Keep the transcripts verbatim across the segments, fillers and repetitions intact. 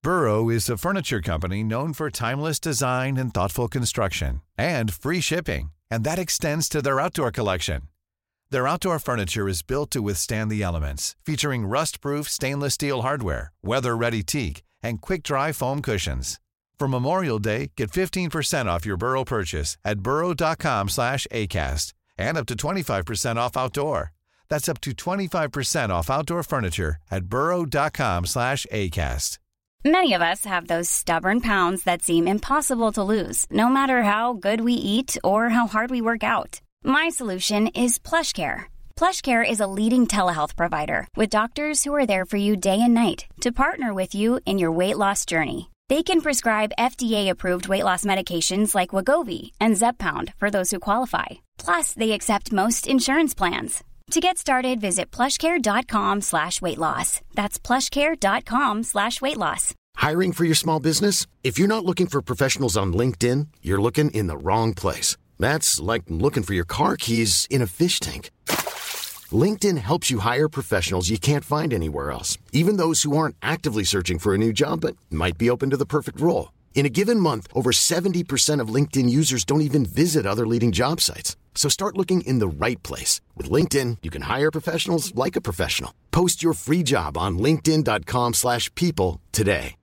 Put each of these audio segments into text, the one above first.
Burrow is a furniture company known for timeless design and thoughtful construction, and free shipping, and that extends to their outdoor collection. Their outdoor furniture is built to withstand the elements, featuring rust-proof stainless steel hardware, weather-ready teak, and quick-dry foam cushions. For Memorial Day, get fifteen percent off your Burrow purchase at burrow.com slash ACAST and up to twenty-five percent off outdoor. That's up to twenty-five percent off outdoor furniture at burrow.com slash ACAST. Many of us have those stubborn pounds that seem impossible to lose, no matter how good we eat or how hard we work out. My solution is PlushCare. PlushCare is a leading telehealth provider with doctors who are there for you day and night to partner with you in your weight loss journey. They can prescribe F D A-approved weight loss medications like Wegovy and Zepbound for those who qualify. Plus, they accept most insurance plans. To get started, visit plushcare.com slash weight loss. That's plushcare.com slash weight loss. Hiring for your small business? If you're not looking for professionals on LinkedIn, you're looking in the wrong place. That's like looking for your car keys in a fish tank. LinkedIn helps you hire professionals you can't find anywhere else, even those who aren't actively searching for a new job but might be open to the perfect role. In a given month, over seventy percent of LinkedIn users don't even visit other leading job sites. So start looking in the right place. With LinkedIn, you can hire professionals like a professional. Post your free job on linkedin.com slash people today.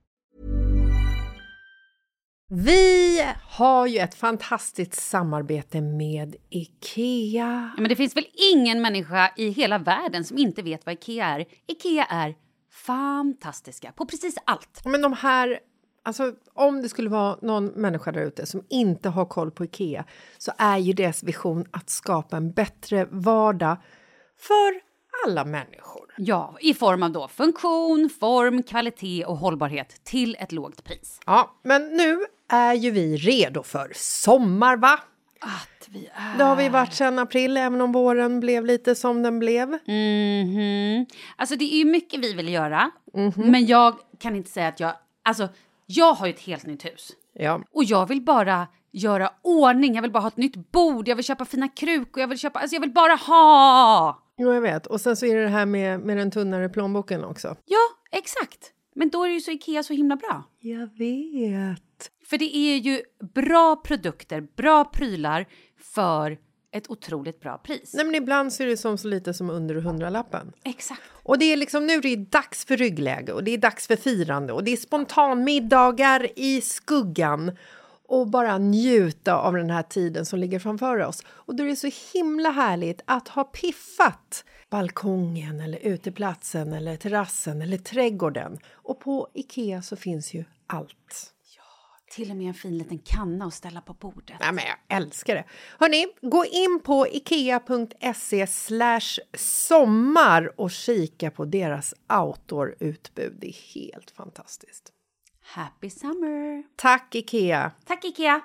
Vi har ju ett fantastiskt samarbete med IKEA. Ja, men det finns väl ingen människa i hela världen som inte vet vad IKEA är. IKEA är fantastiska på precis allt. Men de här, alltså om det skulle vara någon människa där ute som inte har koll på IKEA, så är ju deras vision att skapa en bättre vardag för alla människor. Ja, i form av då funktion, form, kvalitet och hållbarhet till ett lågt pris. Ja, men nu är ju vi redo för sommar, va? Att vi är... Det har vi varit sedan april, även om våren blev lite som den blev. Mhm. Alltså det är ju mycket vi vill göra. Mm-hmm. Men jag kan inte säga att jag... Alltså, jag har ju ett helt nytt hus. Ja. Och jag vill bara göra ordning. Jag vill bara ha ett nytt bord. Jag vill köpa fina krukor. Jag vill köpa... Alltså jag vill bara ha... Jo, jag vet. Och sen så är det det här med, med den tunnare plånboken också. Ja, exakt. Men då är det ju så IKEA så himla bra. Jag vet. För det är ju bra produkter, bra prylar för ett otroligt bra pris. Nej, men ibland så är det som så lite som under hundralappen. Exakt. Och det är liksom, nu är det dags för ryggläge och det är dags för firande och det är spontanmiddagar i skuggan. Och bara njuta av den här tiden som ligger framför oss. Och då är det så himla härligt att ha piffat balkongen eller uteplatsen eller terrassen eller trädgården. Och på IKEA så finns ju allt. Ja, till och med en fin liten kanna att ställa på bordet. Nej, men jag älskar det. Hörrni, gå in på ikea.se slash sommar och kika på deras outdoor-utbud. Det är helt fantastiskt. Happy summer! Tack IKEA! Tack IKEA!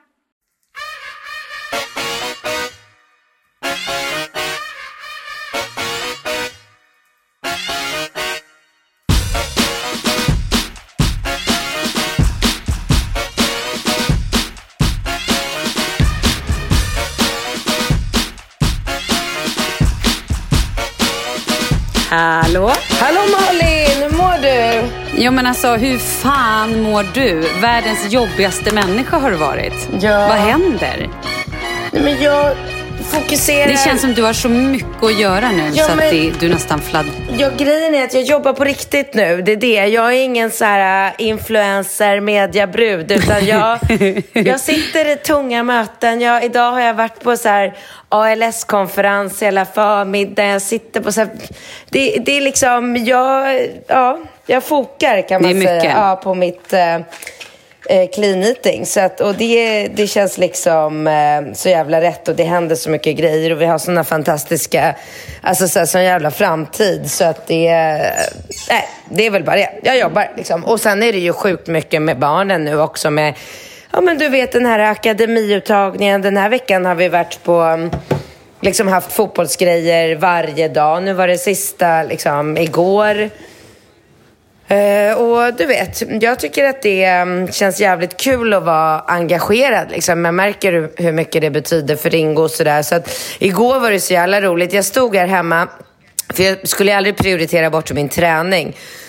Hallå? Hallå Malin, hur mår du? Jo men alltså, hur fan mår du? Världens jobbigaste människa har du varit. Ja. Vad händer? Nej, men jag fokuserar... Det känns som du har så mycket att göra nu, ja, så att det, du nästan fladd... Ja, grejen är att jag jobbar på riktigt nu. Det är det. Jag är ingen så här influencer, mediabrud, utan jag, jag sitter i tunga möten. Jag, idag har jag varit på så här A L S-konferens hela förmiddagen. Jag sitter på så här... Det, det är liksom... Jag, ja, jag fokar kan man säga ja, på mitt... Eh, clean eating. Så att, och det, det känns liksom eh, så jävla rätt och det händer så mycket grejer och vi har såna fantastiska, alltså så här, sån jävla framtid så att det nej, eh, det är väl bara det. Jag jobbar liksom. Och sen är det ju sjukt mycket med barnen nu också med, ja men du vet den här akademiuttagningen. Den här veckan har vi varit på liksom haft fotbollsgrejer varje dag. Nu var det sista liksom igår. Uh, och du vet, jag tycker att det um, känns jävligt kul att vara engagerad liksom. Jag märker hur, hur mycket det betyder för Ringo och sådär. Så att igår var det så jävla roligt. Jag stod här hemma, för jag skulle aldrig prioritera bort min träning.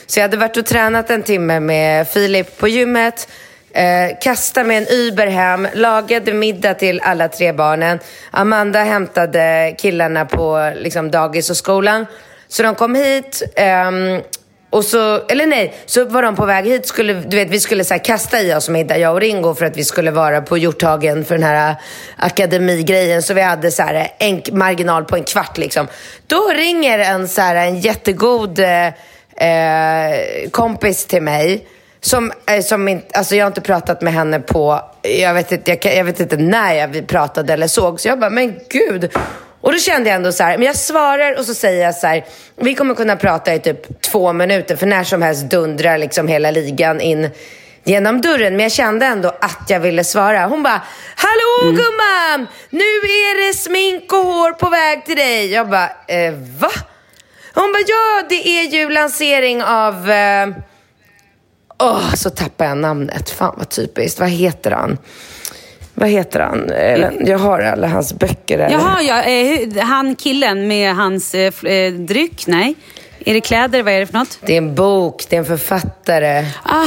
Så jag hade varit och tränat en timme med Filip på gymmet. Eh, kasta med en Uber hem, lagade middag till alla tre barnen. Amanda hämtade killarna på liksom, dagis och skolan. Så de kom hit ehm, och så, eller nej, så var de på väg hit. Skulle, du vet, vi skulle så här, kasta i oss middag, jag och Ringo, för att vi skulle vara på Hjorthagen för den här akademigrejen. Så vi hade så här, en marginal på en kvart liksom. Då ringer en, så här, en jättegod eh, kompis till mig. Som, som inte, alltså jag har inte pratat med henne på, jag vet inte, jag, jag vet inte när jag vi pratade eller såg. Så jag bara, men gud. Och då kände jag ändå så här, men jag svarar och så säger jag så här, vi kommer kunna prata i typ två minuter. För när som helst dundrar liksom hela ligan in genom dörren. Men jag kände ändå att jag ville svara. Hon bara, hallå mm. gumman, nu är det smink och hår på väg till dig. Jag bara, eh, va? Hon bara, ja det är ju lansering av... Eh, Åh, oh, så tappar jag namnet. Fan vad typiskt. Vad heter han? Vad heter han? Jag har alla hans böcker. Eller? Jaha, ja. Eh, han killen med hans eh, dryck, nej. Är det kläder? Vad är det för något? Det är en bok, det är en författare.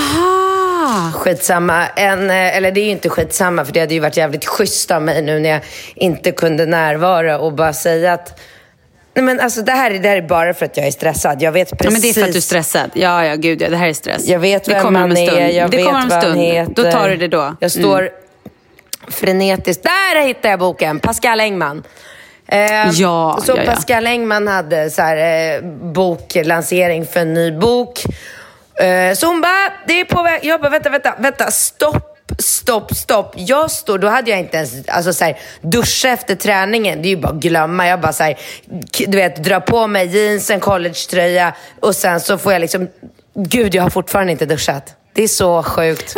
Aha! Skitsamma. En, eller det är ju inte skitsamma, för det hade ju varit jävligt schysst av mig nu när jag inte kunde närvara och bara säga att... Nej, men alltså det här, det här är bara för att jag är stressad. Jag vet precis. Ja, men det är för att du är stressad. Ja, ja, gud, ja, det här är stress. Jag vet det vem han är. Jag det vet kommer om vad stund. han heter. Då tar du det då. Jag står mm. frenetiskt. Där hittade jag boken. Pascal Engman. Eh, ja, så ja, ja. Pascal Engman hade så här, eh, boklansering för en ny bok. Eh, så hon bara, det är på väg. Jag bara, vänta, vänta, vänta, stopp. Stopp, stopp. Jag står, då hade jag inte ens alltså, så här, duscha efter träningen. Det är ju bara att glömma. Jag bara så här, du vet, dra på mig jeans, en collegetröja och sen så får jag liksom, gud, jag har fortfarande inte duschat. Det är så sjukt.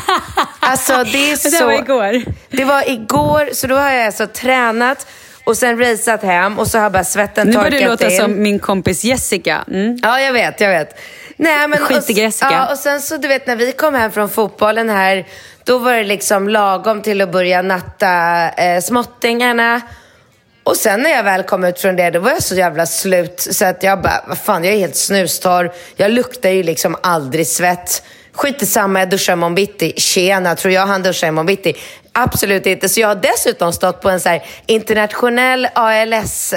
Alltså, det är så... Det var igår. Det var igår, så då har jag alltså tränat och sen raceat hem och så har bara svetten nu torkat in. Nu börjar det låta som min kompis Jessica. Mm. Ja, jag vet, jag vet. Nej, men skitiga Jessica. Ja, och sen så du vet när vi kom hem från fotbollen här, då var det liksom lagom till att börja natta eh, småttingarna. Och sen när jag väl kom ut från det, då var jag så jävla slut. Så att jag bara, vad fan, jag är helt snustorr. Jag luktar ju liksom aldrig svett. Skit i samma, jag duschar imorgon bitti. Tjena, tror jag han duschar imorgon bitti? Absolut inte. Så jag har dessutom stått på en så här internationell A L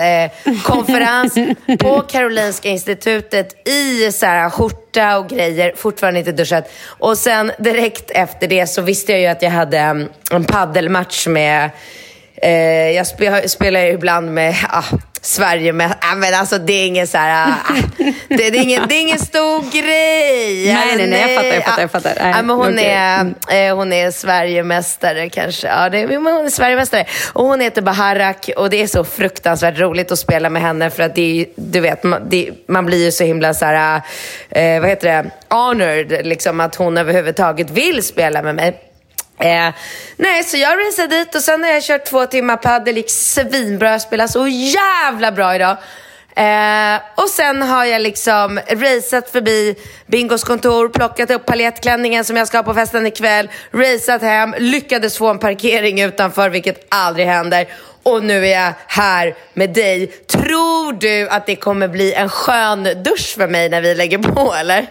S-konferens eh, på Karolinska institutet i så här skjorta och grejer. Fortfarande inte duschat. Och sen direkt efter det så visste jag ju att jag hade en, en paddelmatch med... Eh, jag spe, spelar ju ibland med... Ah, Sverige med, äh, men alltså det är ingen så här, äh, det, det, är ingen, det är ingen stor grej. Nej, nej, nej, jag fattar, jag fattar, jag fattar. Nej, äh, men hon, okay. är, eh, hon är Sverigemästare kanske. Ja, det, men hon är Sverigemästare. Och hon heter Baharak och det är så fruktansvärt roligt att spela med henne för att det är, du vet, man, det, man blir ju så himla så här, eh, vad heter det, honored liksom att hon överhuvudtaget vill spela med mig. Eh, nej, så jag resade dit och sen har jag kört två timmar paddel, gick svinbra, jag spelar så jävla bra idag. Eh, och sen har jag liksom raceat förbi Bingos kontor, plockat upp paljettklänningen som jag ska ha på festen ikväll, raceat hem, lyckades få en parkering utanför, vilket aldrig händer. Och nu är jag här med dig. Tror du att det kommer bli en skön dusch för mig när vi lägger på, eller?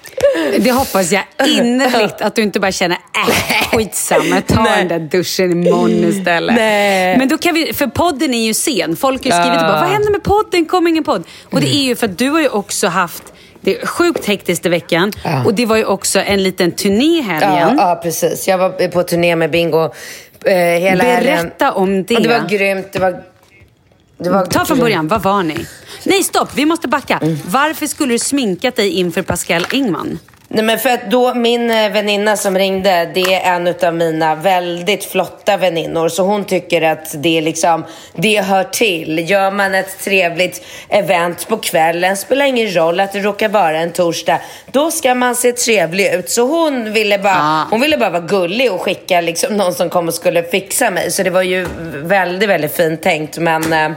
Det hoppas jag innerligt, att du inte bara känner äh, skitsamma, ta Nej. den där duschen imorgon istället. Nej. Men då kan vi, för podden är ju sen. Folk har skrivit ja. bara, vad händer med podden? Kommer ingen podd? Och det är ju för att du har ju också haft, det är sjukt hektiskt i veckan. Ja. Och det var ju också en liten turné helgen. Ja, ja, precis. Jag var på turné med Bingo eh, hela Berätta helgen. om det. Och det var grymt, det var... Det var Ta från början, vad var ni? Nej, stopp, vi måste backa. Mm. Varför skulle du sminkat dig inför Pascal Engman? Nej, men för att då min väninna som ringde, det är en av mina väldigt flotta väninnor, så hon tycker att det är liksom, det hör till. Gör man ett trevligt event på kvällen, spelar ingen roll att det råkar vara en torsdag, då ska man se trevlig ut. Så hon ville bara, ah. hon ville bara vara gullig och skicka liksom någon som kom och skulle fixa mig. Så det var ju väldigt, väldigt fint tänkt, men eh,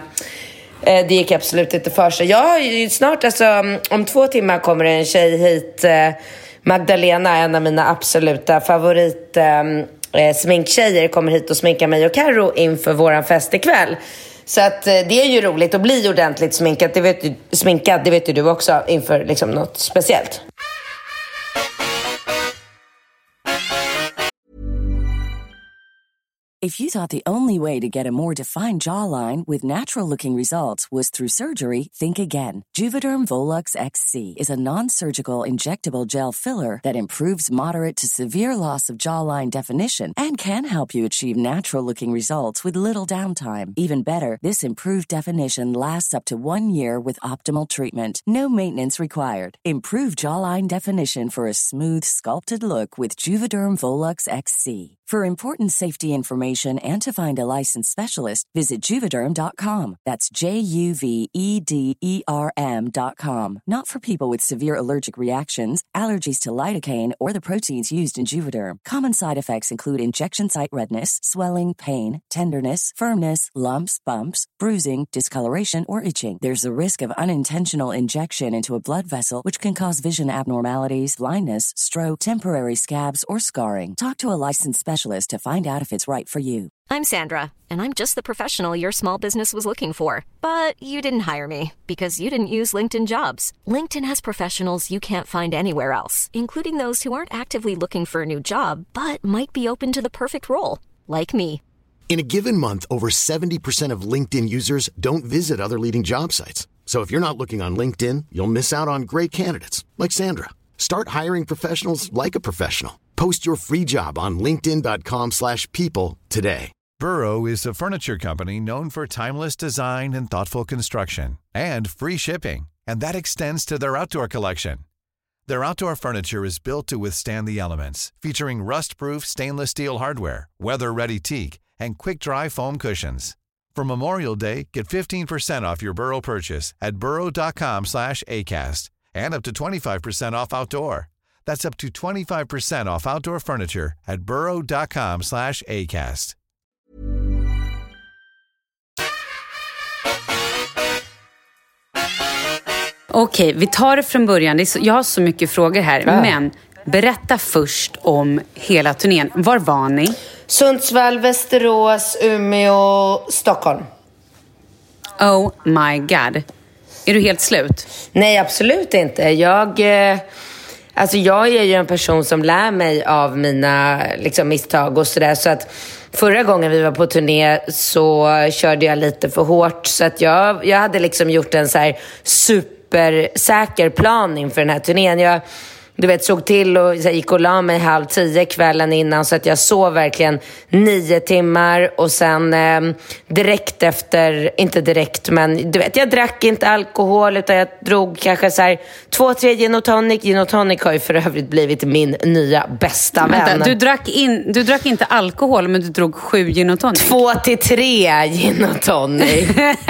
det gick absolut inte för sig. Jag har ju snart, alltså om två timmar kommer en tjej hit, eh, Magdalena, en av mina absoluta favorit eh, sminktjejer, kommer hit och sminkar mig och Karo inför våran fest ikväll. Så att eh, det är ju roligt att bli ordentligt sminkat. Det vet du, sminkad, det vet ju du också, inför liksom något speciellt. If you thought the only way to get a more defined jawline with natural-looking results was through surgery, think again. Juvederm Volux X C is a non-surgical injectable gel filler that improves moderate to severe loss of jawline definition and can help you achieve natural-looking results with little downtime. Even better, this improved definition lasts up to one year with optimal treatment. No maintenance required. Improve jawline definition for a smooth, sculpted look with Juvederm Volux X C. For important safety information and to find a licensed specialist, visit Juvederm dot com. That's J U V E D E R M dot com. Not for people with severe allergic reactions, allergies to lidocaine, or the proteins used in Juvederm. Common side effects include injection site redness, swelling, pain, tenderness, firmness, lumps, bumps, bruising, discoloration, or itching. There's a risk of unintentional injection into a blood vessel, which can cause vision abnormalities, blindness, stroke, temporary scabs, or scarring. Talk to a licensed specialist to find out if it's right for you. I'm Sandra, and I'm just the professional your small business was looking for. But you didn't hire me because you didn't use LinkedIn Jobs. LinkedIn has professionals you can't find anywhere else, including those who aren't actively looking for a new job, but might be open to the perfect role, like me. In a given month, over seventy percent of LinkedIn users don't visit other leading job sites. So if you're not looking on LinkedIn, you'll miss out on great candidates like Sandra. Start hiring professionals like a professional. Post your free job on linkedin dot com slash people today. Burrow is a furniture company known for timeless design and thoughtful construction and free shipping, and that extends to their outdoor collection. Their outdoor furniture is built to withstand the elements, featuring rust-proof stainless steel hardware, weather-ready teak, and quick-dry foam cushions. For Memorial Day, get fifteen percent off your Burrow purchase at burrow dot com slash acast and up to twenty-five percent off outdoor. That's up to twenty-five percent off outdoor furniture at burrow dot com slash acast. Okej, vi tar det från början. Det är så, jag har så mycket frågor här. Ja. Men berätta först om hela turnén. Var var ni? Sundsvall, Västerås, Umeå, Stockholm. Oh my god. Är du helt slut? Nej, absolut inte. Jag... Eh... Alltså jag är ju en person som lär mig av mina liksom, misstag och sådär. Så att förra gången vi var på turné så körde jag lite för hårt. Så att jag, jag hade liksom gjort en så här supersäker plan inför den här turnén. Jag du vet, såg till och så här, gick och la mig halv tio kvällen innan. Så att jag sov verkligen nio timmar. Och sen eh, direkt efter, inte direkt men du vet, jag drack inte alkohol utan jag drog kanske så här två, tre gin och tonic. Gin och tonic har ju för övrigt blivit min nya bästa vän. Vänta, du, drack in, du drack inte alkohol men du drog sju gin och tonic. Två till tre gin och tonic.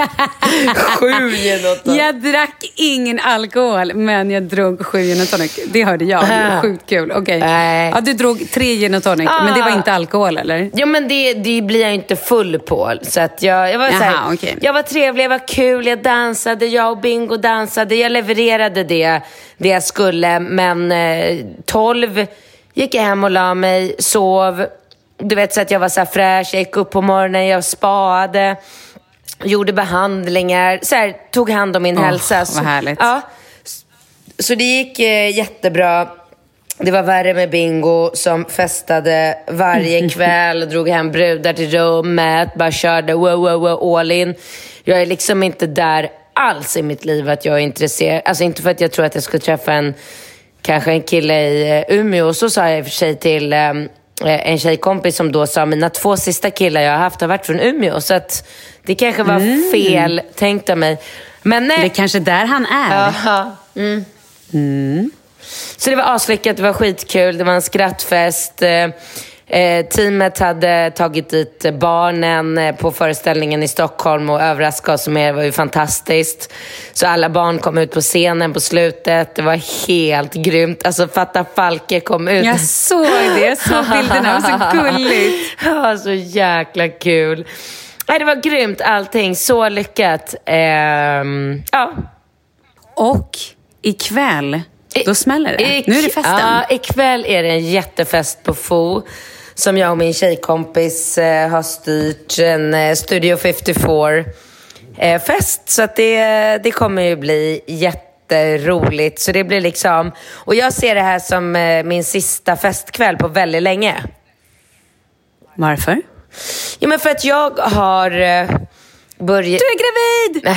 Sju gin och tonic. Jag drack ingen alkohol men jag drog sju gin och tonic. Det har hörde jag. Ah. Sjukt kul. Okej. Okay. Ja, du drog tre gin och tonic, ah. men det var inte alkohol, eller? Ja, men det, det blir jag inte full på. Så att jag, jag var så här, okay. Jag var trevlig, jag var kul, jag dansade, jag och Bingo dansade. Jag levererade det, det jag skulle. Men eh, tolv gick jag hem och la mig, sov. Du vet, så att jag var så här fräsch. Jag gick upp på morgonen, jag spade, gjorde behandlingar. Så här, tog hand om min oh, hälsa. Vad härligt. Ja. Så det gick eh, jättebra. Det var värre med Bingo som festade varje kväll och drog hem brudar till rummet. Bara körde wow, wow, wow, all in. Jag är liksom inte där alls i mitt liv att jag är intresserad. Alltså inte för att jag tror att jag skulle träffa en kanske en kille i uh, Umeå. Och så sa jag i och för sig till um, en tjejkompis som då sa mina två sista killar jag har haft har varit från Umeå. Så att det kanske var mm. fel tänkt av mig. Men nej. Det är kanske där han är. Jaha. Mm. Mm. Så det var aslyckat, det var skitkul. Det var en skrattfest. eh, Teamet hade tagit dit barnen på föreställningen i Stockholm och överraskade oss med. Det var ju fantastiskt. Så alla barn kom ut på scenen på slutet. Det var helt grymt. Alltså fatta Falke kom ut. Jag såg det, jag såg bilderna. Det var så gulligt. Ja, så jäkla kul. Nej, det var grymt allting, så lyckat. ehm, Ja. Och ikväll, då smäller det. I, nu är det festen. Ja, ikväll är det en jättefest på F O som jag och min tjejkompis eh, har styrt. En eh, Studio femtiofyra eh, fest. Så att det, det kommer ju bli jätteroligt. Så det blir liksom... Och jag ser det här som eh, min sista festkväll på väldigt länge. Varför? Ja, men för att jag har eh, börjat... Du är gravid!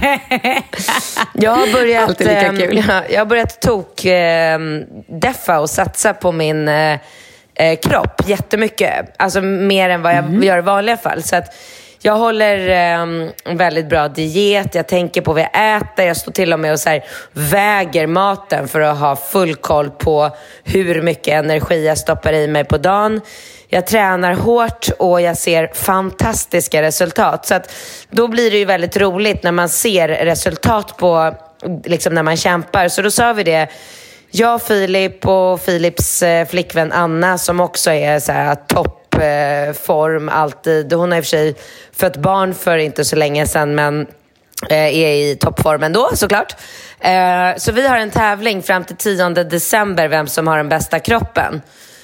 jag har börjat... Alltid lika kul. Eh, jag har börjat tok eh, deffa och satsa på min eh, kropp jättemycket. Alltså mer än vad jag mm. gör i vanliga fall. Så att jag håller eh, en väldigt bra diet. Jag tänker på vad jag äter. Jag står till och med och så här, väger maten för att ha full koll på hur mycket energi jag stoppar i mig på dagen. Jag tränar hårt och jag ser fantastiska resultat. Så att då blir det ju väldigt roligt när man ser resultat på, liksom när man kämpar. Så då sa vi det. Jag, Filip och Filips eh, flickvän Anna, som också är så här toppform eh, alltid. Hon har i och för sig fött barn för inte så länge sedan, men eh, är i toppform ändå såklart. Eh, så vi har en tävling fram till tionde december, vem som har den bästa kroppen.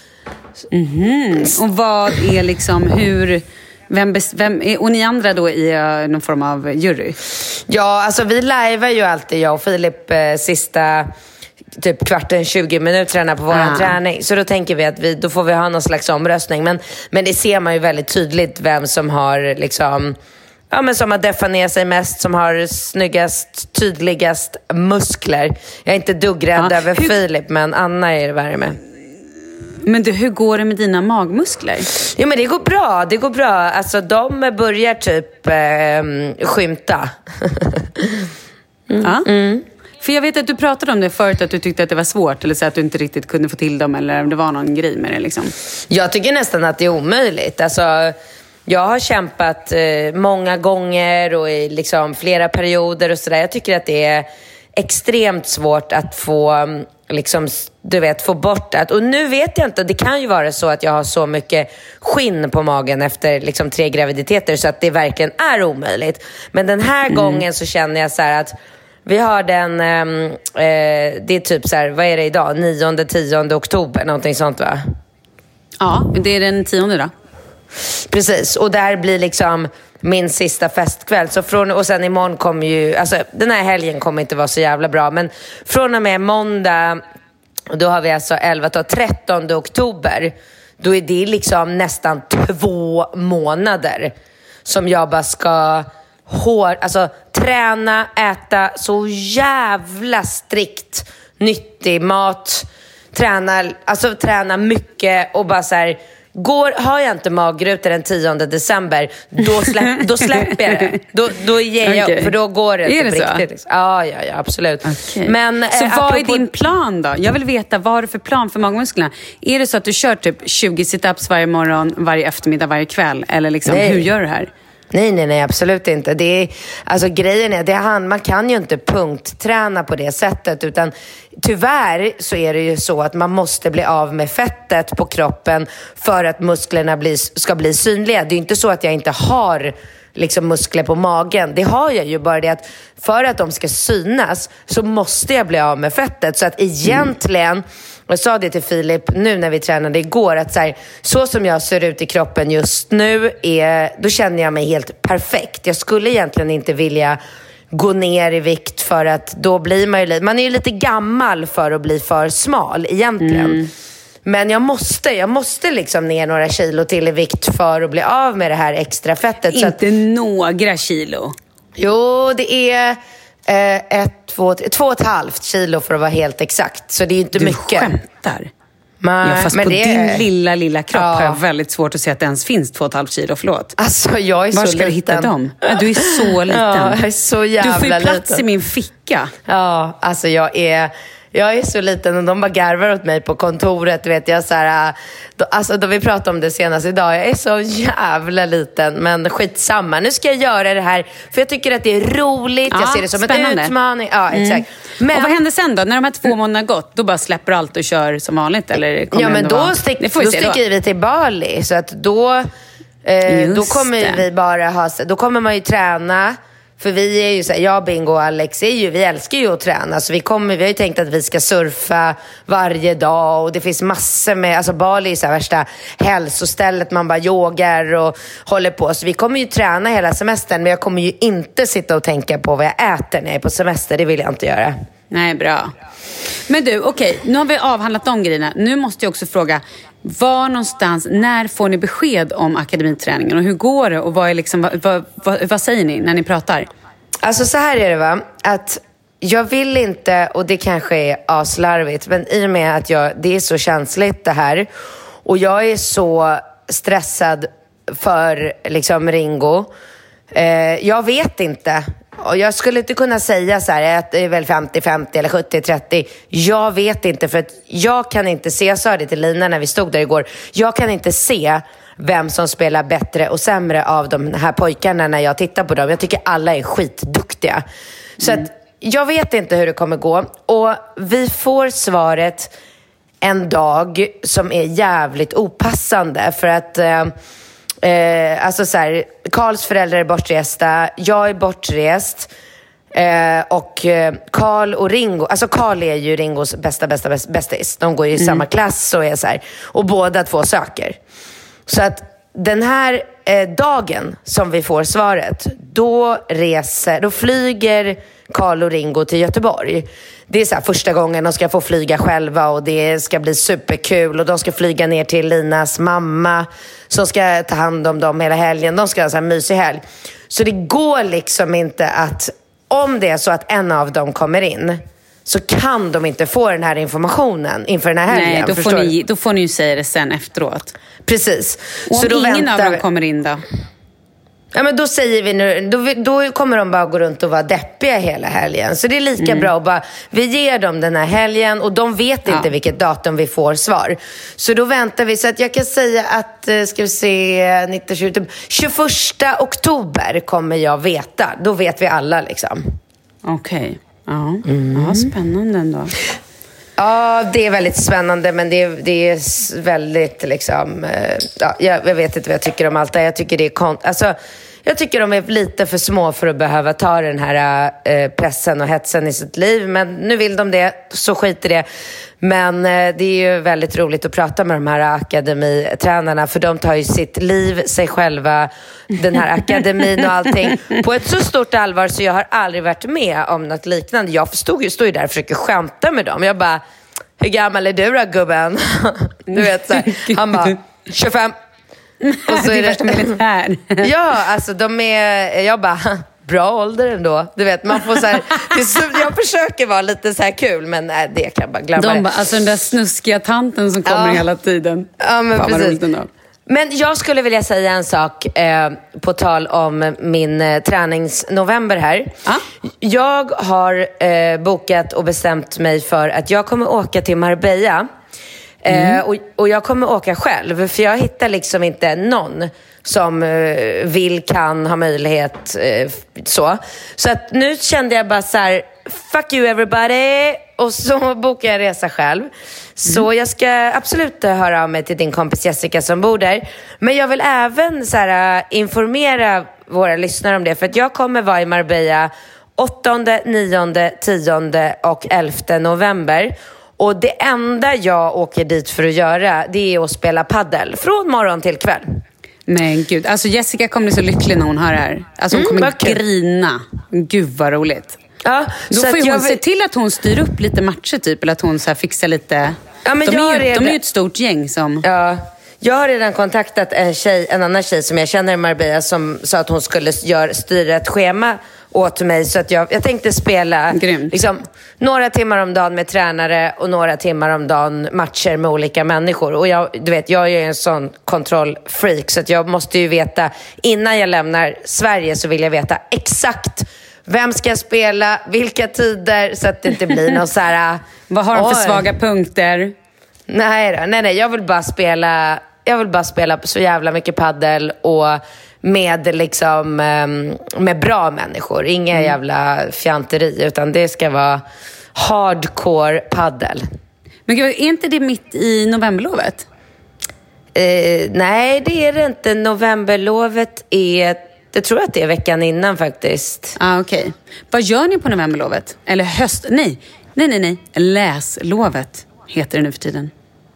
Mm-hmm. Och vad är liksom hur... Vem, bes, vem är, och ni andra då i uh, någon form av jury? Ja, alltså vi livear ju alltid, jag och Filip, eh, sista typ kvarten, tjugo minuter på våran ah. träning. Så då tänker vi att vi, då får vi ha någon slags omröstning. Men, men det ser man ju väldigt tydligt vem som har liksom... Ja, men som har deffat ner sig mest, som har snyggast, tydligast muskler. Jag är inte duggrädd ah. över hur... Filip, men Anna är det värre. Men du, hur går det med dina magmuskler? Jo, men det går bra, det går bra. Alltså de börjar typ eh, skymta. mm. Ja. Mm. För jag vet att du pratade om det förut, att du tyckte att det var svårt, eller så att du inte riktigt kunde få till dem, eller om det var någon grej med det liksom. Jag tycker nästan att det är omöjligt. Alltså, jag har kämpat eh, många gånger och i liksom flera perioder och sådär. Jag tycker att det är extremt svårt att få... liksom, du vet, få bort det. Och nu vet jag inte, det kan ju vara så att jag har så mycket skinn på magen efter liksom tre graviditeter så att det verkligen är omöjligt. Men den här mm. gången så känner jag så här att vi har den eh, det är typ så här, vad är det idag? nionde, tionde oktober, någonting sånt, va? Ja, det är den tionde då. Precis, och där blir liksom min sista festkväll. Så från, och sen imorgon kommer ju, alltså den här helgen kommer inte vara så jävla bra, men från och med måndag, då har vi alltså elfte och trettonde oktober. Då är det liksom nästan två månader som jag bara ska hår, alltså träna, äta så jävla strikt nyttig mat, träna, alltså träna mycket och bara så här. Går, har jag inte magrutor den tionde december, då, släpp, då släpper jag det. Då, då ger jag okay. upp, för då går det inte på riktigt. Liksom. Ja, ja, ja, absolut. Okay. Men, så eh, vad apropå... är din plan då? Jag vill veta, vad har du för plan för magmusklerna? Är det så att du kör typ tjugo sit-ups varje morgon, varje eftermiddag, varje kväll? Eller liksom, hur gör du här? Nej, nej, nej, absolut inte. Det är, alltså grejen är, det han, man kan ju inte punktträna på det sättet, utan tyvärr så är det ju så att man måste bli av med fettet på kroppen för att musklerna bli, ska bli synliga. Det är ju inte så att jag inte har liksom muskler på magen. Det har jag ju, bara det att för att de ska synas så måste jag bli av med fettet. Så att egentligen... Mm. Jag sa det till Filip nu när vi tränade igår, att så, här, så som jag ser ut i kroppen just nu, är, då känner jag mig helt perfekt. Jag skulle egentligen inte vilja gå ner i vikt, för att då blir man ju, man är ju lite gammal för att bli för smal egentligen. Mm. Men jag måste, jag måste liksom ner några kilo till i vikt för att bli av med det här extra fettet. Inte så att, några kilo? Jo, det är... Eh, ett, två, tre, två och ett halvt kilo för att vara helt exakt. Så det är ju inte du mycket. Du skämtar? Men, ja, fast men på det... din lilla, lilla kropp ja. har jag väldigt svårt att se att det ens finns två och ett halvt kilo, förlåt. Alltså, jag är Var så ska liten. du hitta dem? Ja, du är så liten. Ja, jag är så jävla du får ju plats liten. i min ficka. Ja, alltså jag är... Jag är så liten och de bara garvar åt mig på kontoret, vet jag, så här, då, alltså då vi pratade om det senast idag. Jag är så jävla liten, men skitsamma. Nu ska jag göra det här för jag tycker att det är roligt. Ja, jag ser det som spännande. En utmaning. Ja, exakt. Mm. Men, och vad händer sen då? När de här två månaderna gått, då bara släpper allt och kör som vanligt? Eller kommer ja, men då, vara... stick, då sticker vi till Bali. Så att då, eh, då kommer det. vi bara ha... Då kommer man ju träna. För vi är ju så här, jag, Bingo och Alex är ju, vi älskar ju att träna. Så vi kommer, vi har ju tänkt att vi ska surfa varje dag. Och det finns massor med, alltså Bali är så här värsta hälsostället. Man bara yogar och håller på. Så vi kommer ju träna hela semestern. Men jag kommer ju inte sitta och tänka på vad jag äter när jag är på semester. Det vill jag inte göra. Nej, bra. Men du, okej, okay, nu har vi avhandlat de grejerna. Nu måste jag också fråga, Var någonstans, när får ni besked om akademiträningen och hur går det och vad, är liksom, vad, vad, vad, vad säger ni när ni pratar? Alltså så här är det va, att jag vill inte, och det kanske är aslarvigt, men i och med att jag, det är så känsligt det här och jag är så stressad för liksom Ringo. Eh, jag vet inte. Och jag skulle inte kunna säga så här att det är väl femtio femtio eller sjuttio trettio. Jag vet inte, för att jag kan inte se, jag sa det till Lina när vi stod där igår, jag kan inte se vem som spelar bättre och sämre av de här pojkarna när jag tittar på dem. Jag tycker alla är skitduktiga. Så mm. att jag vet inte hur det kommer gå. Och vi får svaret en dag som är jävligt opassande. För att eh, eh, alltså så här, Karls föräldrar är bortresta, jag är bortrest. Eh, och Karl och Ringo, alltså Karl är ju Ringos bästa, bästa, bästa bästis. De går ju i mm. samma klass och är så här. Och båda två söker. Så att den här eh, dagen som vi får svaret, då reser, då flyger Karl och Ringo till Göteborg. Det är så här första gången de ska få flyga själva och det ska bli superkul. Och de ska flyga ner till Linas mamma som ska ta hand om dem hela helgen. De ska ha så här mysig helg. Så det går liksom inte att, om det är så att en av dem kommer in, så kan de inte få den här informationen inför den här helgen. Nej, då får, ni, då får ni ju säga det sen efteråt. Precis. Och så om då ingen väntar... av dem kommer in då? Ja, men då säger vi nu, då, då kommer de bara gå runt och vara deppiga hela helgen. Så det är lika mm. bra att bara, vi ger dem den här helgen och de vet ja. inte vilket datum vi får svar. Så då väntar vi, så att jag kan säga att, ska vi se, nitton, tjugo, tjugoförsta oktober kommer jag veta. Då vet vi alla liksom. Okej, okay. ja. Mm. ja, spännande ändå. Ja, det är väldigt spännande, men det är, det är väldigt liksom, ja, jag, jag vet inte vad jag tycker om allt det. Jag tycker det är kon- alltså, jag tycker de är lite för små för att behöva ta den här eh, pressen och hetsen i sitt liv. Men nu vill de det, så skiter det. Men eh, det är ju väldigt roligt att prata med de här akademitränarna. För de tar ju sitt liv, sig själva, den här akademin och allting på ett så stort allvar, så jag har aldrig varit med om något liknande. Jag förstod ju, stod ju där och försöker skämta med dem. Jag bara, hur gammal är du då, gubben? Du vet så här. Han bara, tjugofem. Och så är det, det militär. Ja, alltså de är, jag bara, bra ålder ändå. Du vet, man får så här, jag försöker vara lite så här kul, men nej, det kan jag bara glömma. De bara, alltså den där snuskiga tanten som kommer ja. hela tiden. Ja, men fan, precis. Men jag skulle vilja säga en sak eh, på tal om min eh, träningsnovember här. Ah? Jag har eh, bokat och bestämt mig för att jag kommer åka till Marbella. Mm. Eh, och, och jag kommer åka själv, för jag hittar liksom inte någon som eh, vill, kan, ha möjlighet eh, så. Så att nu kände jag bara så här, fuck you everybody, och så bokar jag en resa själv. Mm. Så jag ska absolut höra av mig till din kompis Jessica som bor där. Men jag vill även så här, informera våra lyssnare om det, för att jag kommer vara i Marbella åttonde, nionde, tionde och elfte november. Och det enda jag åker dit för att göra, det är att spela paddel från morgon till kväll. Men gud, alltså Jessica kommer bli så lycklig när hon hör det här. Alltså hon kommer mm, grina. Gud vad roligt. Ja, då får ju hon vill... se till att hon styr upp lite matcher typ, eller att hon så här fixar lite. Ja, men de, är ju, redan... de är ju ett stort gäng som... Ja. Jag har redan kontaktat en tjej, en annan tjej som jag känner i Marbella, som sa att hon skulle gör, styra ett schema åt mig, så att jag, jag tänkte spela liksom, några timmar om dagen med tränare och några timmar om dagen matcher med olika människor. Och jag, du vet, jag är en sån kontrollfreak, så att jag måste ju veta, innan jag lämnar Sverige så vill jag veta exakt vem ska jag spela, vilka tider, så att det inte blir någon så här... Vad har de för svaga punkter? Nej, då, nej, nej, jag vill bara spela, jag vill bara spela så jävla mycket paddel och med liksom med bra människor, inga mm. jävla fjanteri, utan det ska vara hardcore paddel. Men gud, är inte det mitt i novemberlovet? Eh, nej, det är det inte. Novemberlovet är, jag tror att det är veckan innan faktiskt. Ah, okej. Okay. Vad gör ni på novemberlovet? Eller höst? Nej, nej, nej, nej. Läslovet heter det nu för tiden.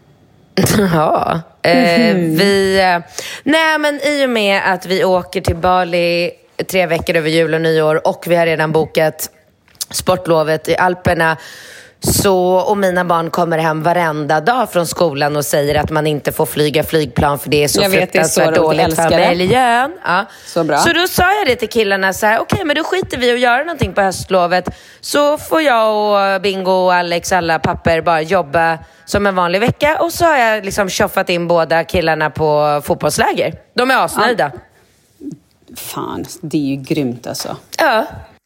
Ja, eh, vi... Eh, nej, men i och med att vi åker till Bali tre veckor över jul och nyår och vi har redan bokat sportlovet i Alperna, Så, och mina barn kommer hem varenda dag från skolan och säger att man inte får flyga flygplan för det är så jag fruktansvärt vet, det är så dåligt för miljön. Ja. Så bra. Så då sa jag det till killarna så här: okej, okay, men då skiter vi att göra någonting på höstlovet. Så får jag och Bingo och Alex, alla papper, bara jobba som en vanlig vecka. Och så har jag liksom tjoffat in båda killarna på fotbollsläger. De är asnöjda. Ja. Fan, det är ju grymt alltså. Ja.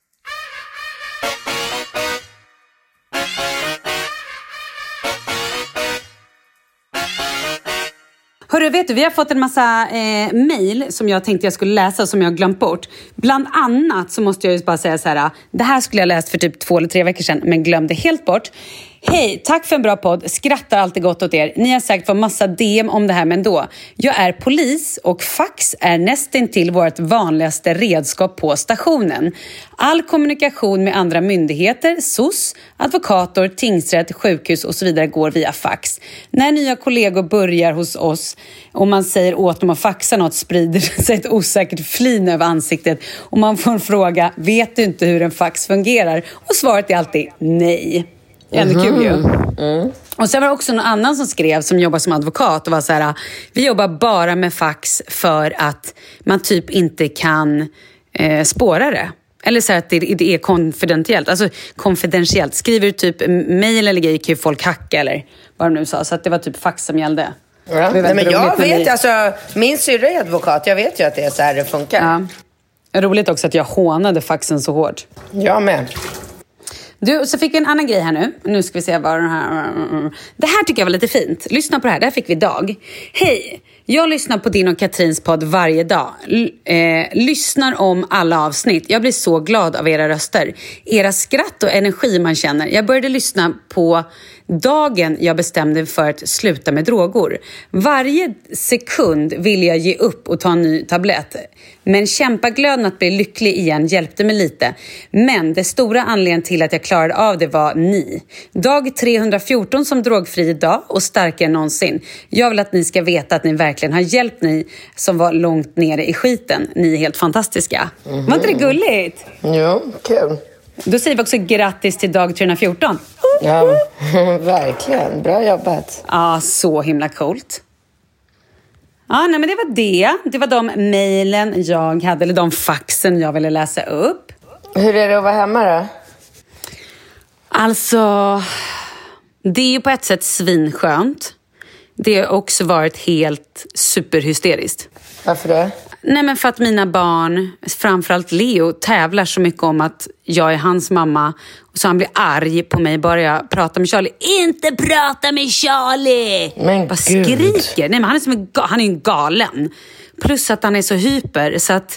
Hörru, vet du, vi har fått en massa eh, mejl som jag tänkte jag skulle läsa och som jag har glömt bort. Bland annat så måste jag ju bara säga så här: det här skulle jag läst för typ två eller tre veckor sedan men glömde helt bort. Hej, tack för en bra podd. Skrattar alltid gott åt er. Ni har säkert fått massa D M om det här, men då. Jag är polis och fax är nästintill vårt vanligaste redskap på stationen. All kommunikation med andra myndigheter, S O S, advokator, tingsrätt, sjukhus och så vidare går via fax. När nya kollegor börjar hos oss och man säger åt dem att faxa något sprider sig ett osäkert flin över ansiktet och man får en fråga: vet du inte hur en fax fungerar? Och svaret är alltid nej. Ändå kul ju. Mm. Och sen var det också någon annan som skrev som jobbar som advokat och var så här: vi jobbar bara med fax för att man typ inte kan eh, spåra det. Eller så här att det, det är konfidentiellt. Alltså konfidentiellt. Skriver du typ mejl eller grejer kan ju folk hacka eller vad de nu sa. Så att det var typ fax som gällde. Ja. Nej, men jag vet, vi... alltså min syrra är advokat. Jag vet ju att det är så här det funkar. Ja. Roligt också att jag hånade faxen så hårt. Jag med. Du, så fick vi en annan grej här nu. Nu ska vi se vad den här... Det här tycker jag var lite fint. Lyssna på det här. Det här fick vi idag. Hej! Jag lyssnar på din och Katrins podd varje dag. L- eh, lyssnar om alla avsnitt. Jag blir så glad av era röster. Era skratt och energi man känner. Jag började lyssna på dagen jag bestämde för att sluta med droger. Varje sekund vill jag ge upp och ta en ny tablett. Men kämpaglöden att bli lycklig igen hjälpte mig lite. Men det stora anledningen till att jag klarade av det var ni. Dag trehundrafjorton som drogfri idag och starkare än någonsin. Jag vill att ni ska veta att ni verkligen har hjälpt ni som var långt nere i skiten. Ni är helt fantastiska. Mm-hmm. Var inte det gulligt? Jo, kul. Då säger vi också grattis till dag trehundrafjorton. Ja, verkligen. Bra jobbat. Ja, så himla coolt. Ja, nej men det var det. Det var de mejlen jag hade, eller de faxen jag ville läsa upp. Hur är det att vara hemma då? Alltså, det är ju på ett sätt svinskönt. Det har också varit helt superhysteriskt. Varför det? Nej men för att mina barn, framförallt Leo, tävlar så mycket om att jag är hans mamma. Och så han blir arg på mig bara jag pratar med Charlie. Inte prata med Charlie! Men bara skriker. Nej men han är som en, han är en galen. Plus att han är så hyper så att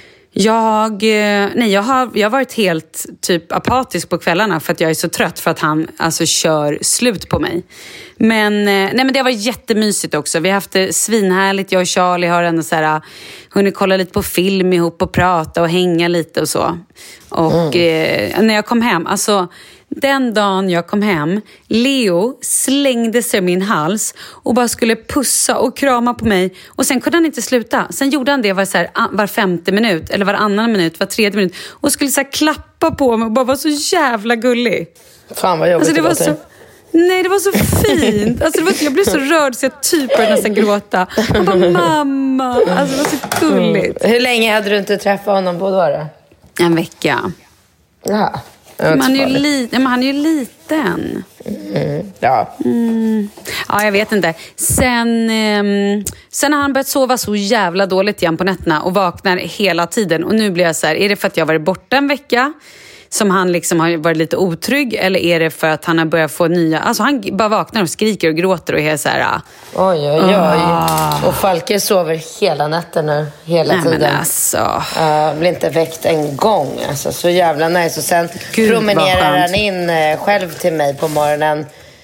jag, nej, jag, har, jag har varit helt typ apatisk på kvällarna för att jag är så trött för att han alltså kör slut på mig. Men, nej, men det var jättemysigt också. Vi har haft det svinhärligt. Jag och Charlie har ändå så här, hunnit kolla lite på film ihop och prata och hänga lite och så. Och mm. eh, när jag kom hem, alltså den dagen jag kom hem, Leo slängde sig i min hals och bara skulle pussa och krama på mig. Och sen kunde han inte sluta. Sen gjorde han det var, så här, var femte minut eller varannan minut, var tredje minut. Och skulle så här, klappa på mig och bara var så jävla gullig. Fan vad jobbigt alltså, det var så. Nej, det var så fint. Alltså, det var, jag blev så rörd så jag typ började nästan gråta. Han bara, mamma. Alltså, det var så gulligt. Mm. Hur länge hade du inte träffat honom på då? då? En vecka. Ja. Men han, är ju li- men han är ju liten. Mm. Ja. Mm. Ja, jag vet inte. Sen, eh, sen har han börjat sova så jävla dåligt igen på nätterna och vaknar hela tiden. Och nu blir jag så här, är det för att jag har varit borta en vecka som han liksom har varit lite otrygg, eller är det för att han har börjat få nya, alltså han bara vaknar och skriker och gråter och är så här. Oj oj oj. Oh. Och Falke sover hela natten nu, hela Nej, tiden. Men alltså. Uh, blir inte väckt en gång, alltså så jävla nice. Och sen Gud, promenerar han in uh, själv till mig på morgonen.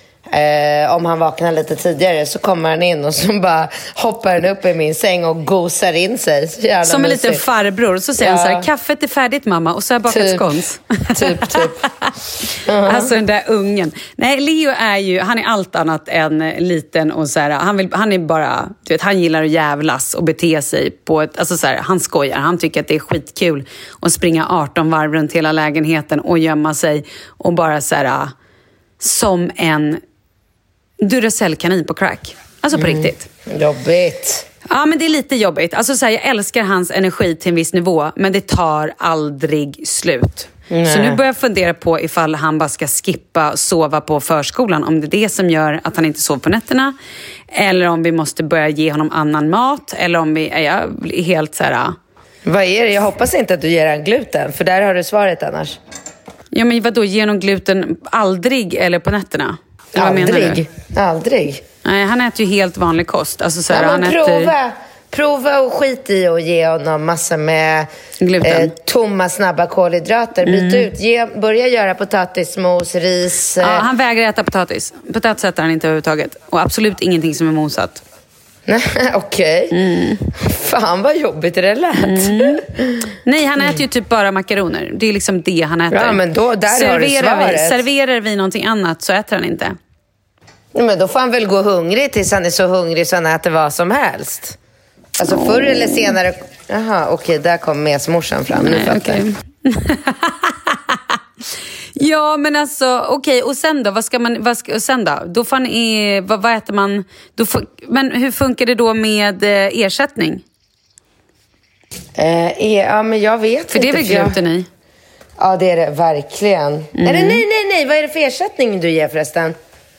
Eh, om han vaknar lite tidigare så kommer han in och så bara hoppar han upp i min säng och gosar in sig. Som en liten farbror. Så säger ja. han så här, kaffet är färdigt mamma. Och så har jag bakat typ, skons. Typ, typ. Uh-huh. Alltså den där ungen. Nej, Leo är ju, han är allt annat än liten och så här, han, vill, han är bara, du vet, han gillar att jävlas och bete sig på ett, alltså så här, han skojar. Han tycker att det är skitkul att springa arton varv runt hela lägenheten och gömma sig och bara så här som en Duracell-kanin på crack. Alltså på mm. riktigt. Jobbigt. Ja, men det är lite jobbigt. Alltså så här, jag älskar hans energi till en viss nivå, men det tar aldrig slut. Nej. Så nu börjar jag fundera på ifall han bara ska skippa sova på förskolan. Om det är det som gör att han inte sover på nätterna. Eller om vi måste börja ge honom annan mat. Eller om vi är helt så här... Vad är det? Jag hoppas inte att du ger han gluten. För där har du svaret annars. Ja, men vadå? Ge honom gluten aldrig eller på nätterna? Eller aldrig. Aldrig. Nej, han äter ju helt vanlig kost. Alltså, så här, ja, men han prova. äter... Prova och skit i och ge honom massa med eh, tomma, snabba kolhydrater. Mm. Byt ut. Ge, börja göra potatismos, ris. Ja, han vägrar äta potatis. Potatis äter han inte överhuvudtaget. Och absolut ingenting som är mosat. Okej. Okay. Mm. Fan vad jobbigt det lät. Mm. Nej, han äter ju typ bara makaroner. Det är liksom det han äter. Ja, men då, där serverar har du svaret. Vi, serverar vi någonting annat så äter han inte. Men då får han väl gå hungrig tills han är så hungrig så han äter vad som helst. Alltså oh. Förr eller senare... Jaha, okej, okay, där kom mesmorsan fram. Nu fattar okay. Ja, men alltså, okej. Okay. Och sen då? Vad ska man... Vad ska, och sen då? Då får ni, vad, vad äter man... Då får, men hur funkar det då med eh, ersättning? Eh, ja, men jag vet för inte. För det är väl gluten i? Ja, det är det. Verkligen. Mm. Är det, nej, nej, nej. Vad är det för ersättning du ger förresten?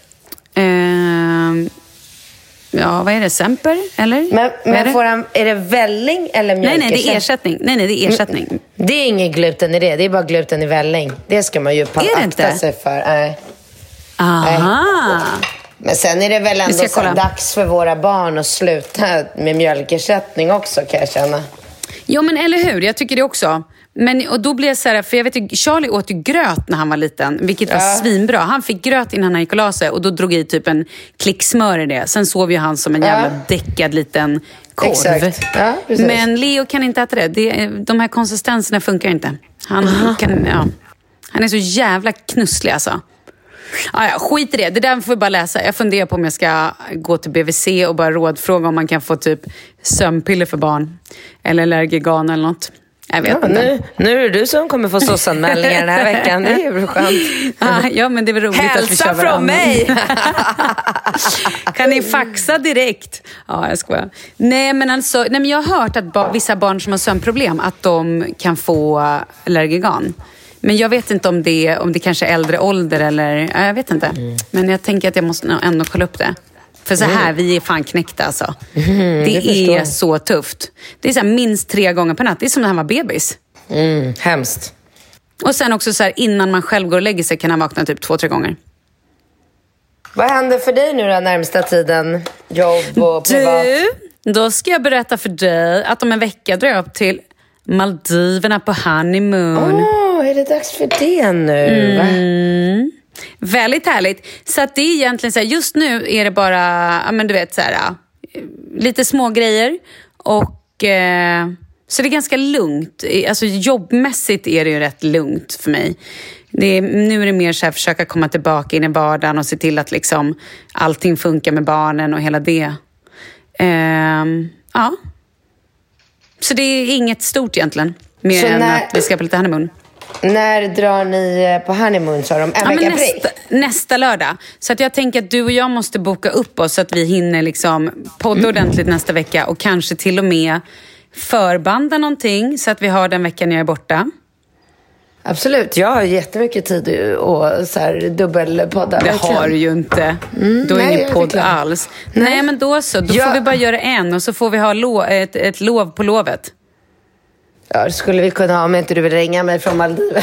Ehm... Ja, vad är det? Semper, eller? Men, men är, det? Får han, är det välling eller mjölk? Nej, nej, det är ersättning. Nej, nej, det är ersättning. Mm, det är ingen gluten i det. Det är bara gluten i välling. Det ska man ju akta inte? sig för. Nej. Aha. Nej. Men sen är det väl ändå så dags för våra barn att sluta med mjölkersättning också, kan jag känna. Jo, men eller hur? Jag tycker det också. Men, och då blir jag så här, för jag vet ju, Charlie åt ju gröt när han var liten, vilket var ja. svinbra. Han fick gröt innan han gick och la sig och då drog i typ en klick smör i det. Sen sov ju han som en ja. jävla däckad liten korv. Exakt. Ja, men Leo kan inte äta det. det de här konsistenserna funkar inte. Han, uh-huh. kan, ja, han är så jävla knusslig alltså. Ah, ja, skit i det. Det där får vi bara läsa. Jag funderar på om jag ska gå till B V C och bara rådfråga om man kan få typ sömnpiller för barn. Eller Allergigan eller något. Jag vet ja, inte. Nu, nu är det du som kommer få såsanmälningar den här veckan. Det är ju skönt. Ja, ja, men det är väl roligt hälsa att vi kör från varandra. mig! Kan ni faxa direkt? Ja, jag skojar. Nej, men alltså, nej, men jag har hört att ba- vissa barn som har sömnproblem att de kan få Allergigan. Men jag vet inte om det, om det kanske är äldre ålder eller... Ja, jag vet inte. Mm. Men jag tänker att jag måste ändå kolla upp det. För så här, mm. vi är fan knäckta alltså. Mm, det, det är så tufft. Det är så här, minst tre gånger per natt. Det är som när han var bebis. Mm, hemskt. Och sen också så här, innan man själv går och lägger sig kan han vakna typ två, tre gånger. Vad händer för dig nu den närmsta tiden? Jobb och privat? Du, då ska jag berätta för dig att om en vecka drar jag upp till Maldiverna på honeymoon. Åh, oh, är det dags för det nu? Mm. Väldigt härligt. Så att det är egentligen så här, just nu är det bara, ja men du vet så här, lite små grejer och eh, så det är ganska lugnt. Alltså jobbmässigt är det ju rätt lugnt för mig. Det är, nu är det mer så här försöka komma tillbaka in i vardagen och se till att liksom allting funkar med barnen och hela det. Eh, ja. Så det är inget stort egentligen. Mer så än när... att vi ska på lite honeymoon. När drar ni på honeymoon, sa de? En ja, vecka nästa, nästa lördag. Så att jag tänker att du och jag måste boka upp oss så att vi hinner liksom podda ordentligt nästa vecka. Och kanske till och med förbanda någonting så att vi har den veckan jag är borta. Absolut, jag har jättemycket tid och så här dubbelpodda. Det verkligen. Har du ju inte. Mm, då är nej, ingen podd alls. Nej. nej, men då så. Då ja. får vi bara göra en och så får vi ha lo- ett, ett lov på lovet. Ja, det skulle vi kunna ha om inte du vill ringa mig från Maldiverna.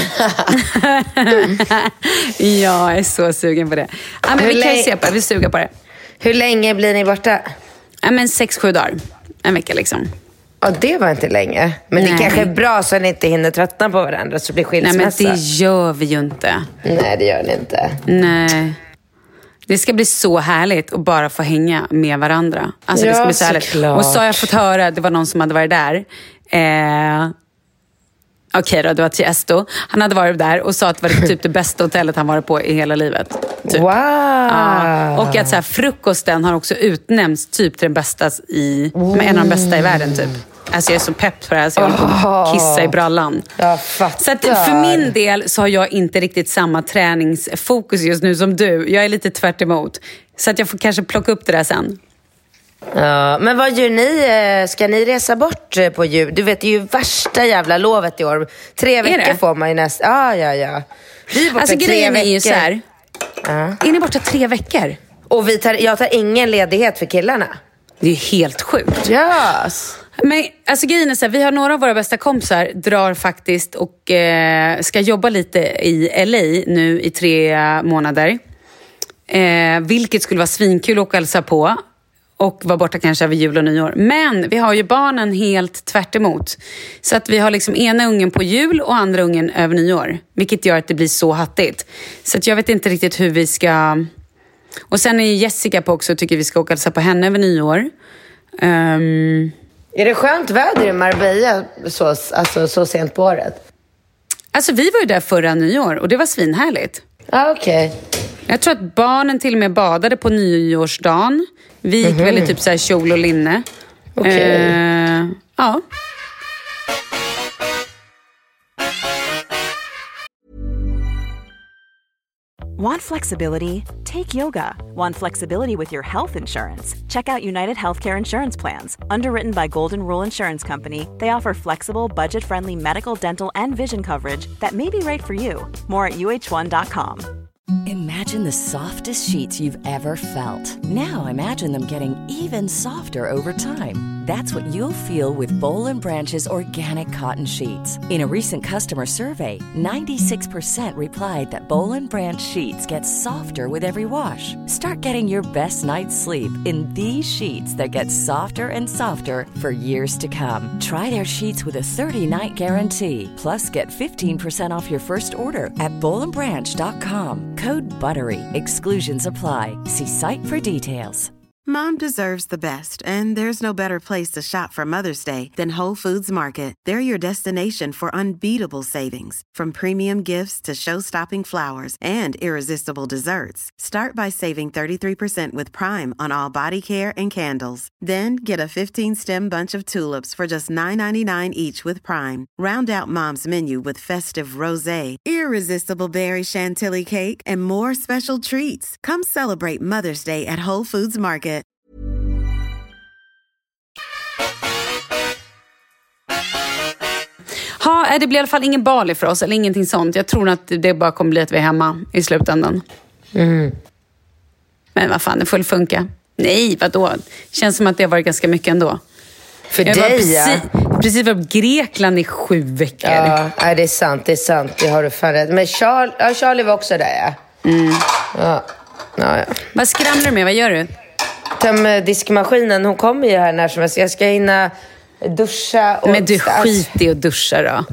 Ja, jag är så sugen på det. Ja, men vi länge... kan ju se på det, vi suger på det. Hur länge blir ni borta? Ja, men sex, sju dagar. En vecka liksom. Ja, det var inte länge. Men nej. Det kanske är bra så att ni inte hinner tröttna på varandra så blir skilsmässa. Nej, men det gör vi ju inte. Nej, det gör ni inte. Nej. Det ska bli så härligt att bara få hänga med varandra. Alltså ja, det ska bli så härligt. Klart. Och så har jag fått höra, det var någon som hade varit där. Eh, Okej okay då, det var Tiesto. Han hade varit där och sa att det var typ det bästa hotellet han varit på i hela livet. Typ. Wow! Ja. Och att så här, frukosten har också utnämnts typ till den bästa i, med en av de bästa i världen typ. Alltså jag är så pepp på det här så jag håller på att kissa i brallan. Jag fattar. Så att för min del så har jag inte riktigt samma träningsfokus just nu som du. Jag är lite tvärt emot. Så att jag får kanske plocka upp det där sen. Ja, men vad gör ni? Ska ni resa bort på jul? Du vet, det är ju värsta jävla lovet i år. Tre veckor får man ju nästan. Ja, ja, ja. Vi är borta alltså tre grejen veckor. är ju så här. Ja. Är ni borta tre veckor? Och vi tar, jag tar ingen ledighet för killarna. Det är ju helt sjukt. Yes. Men alltså grejen är så här, vi har några av våra bästa kompisar drar faktiskt och eh, ska jobba lite i L A nu i tre månader. Eh, vilket skulle vara svinkul att hälsa på. Och vara borta kanske över jul och nyår. Men vi har ju barnen helt tvärt emot. Så att vi har liksom ena ungen på jul och andra ungen över nyår. Vilket gör att det blir så hattigt. Så att jag vet inte riktigt hur vi ska... Och sen är Jessica på också och tycker vi ska åka hälsa på henne över nyår. Um... Är det skönt väder i Marbella så, alltså, så sent på året? Alltså vi var ju där förra nyår och det var svinhärligt. Ah, okej. Okay. Jag tror att barnen till och med badade på nyårsdagen. Vi gick mm-hmm. väl i typ så här kjol och linne. Okej. Okay. Uh, ja. Want flexibility? Take yoga. Want flexibility with your health insurance? Check out United Healthcare Insurance Plans. Underwritten by Golden Rule Insurance Company, they offer flexible, budget-friendly medical, dental, and vision coverage that may be right for you. More at U H one dot com. Imagine the softest sheets you've ever felt. Now imagine them getting even softer over time. That's what you'll feel with Boll and Branch's organic cotton sheets. In a recent customer survey, ninety-six percent replied that Boll and Branch sheets get softer with every wash. Start getting your best night's sleep in these sheets that get softer and softer for years to come. Try their sheets with a thirty-night guarantee. Plus, get fifteen percent off your first order at boll and branch dot com. Code BUTTERY. Exclusions apply. See site for details. Mom deserves the best, and there's no better place to shop for Mother's Day than Whole Foods Market. They're your destination for unbeatable savings, from premium gifts to show-stopping flowers and irresistible desserts. Start by saving thirty-three percent with Prime on all body care and candles. Then get a fifteen-stem bunch of tulips for just nine ninety-nine each with Prime. Round out Mom's menu with festive rosé, irresistible berry chantilly cake, and more special treats. Come celebrate Mother's Day at Whole Foods Market. Ha, det blir i alla fall ingen Bali för oss eller ingenting sånt. Jag tror att det bara kommer bli att vi är hemma i slutändan. Mm. Men vad fan, det får funka. Nej, vadå? Känns som att det har varit ganska mycket ändå. För jag dig, precis, ja. Precis var på Grekland i sju veckor. Ja, det är sant, det är sant. Det har du fan rätt. Men Charlie, ja, Charlie var också där, ja. Mm. Ja. Ja, ja. Vad skramlar du med? Vad gör du? Töm diskmaskinen, hon kommer ju här när som helst. Jag ska hinna duscha och... Men du skit i att duscha då.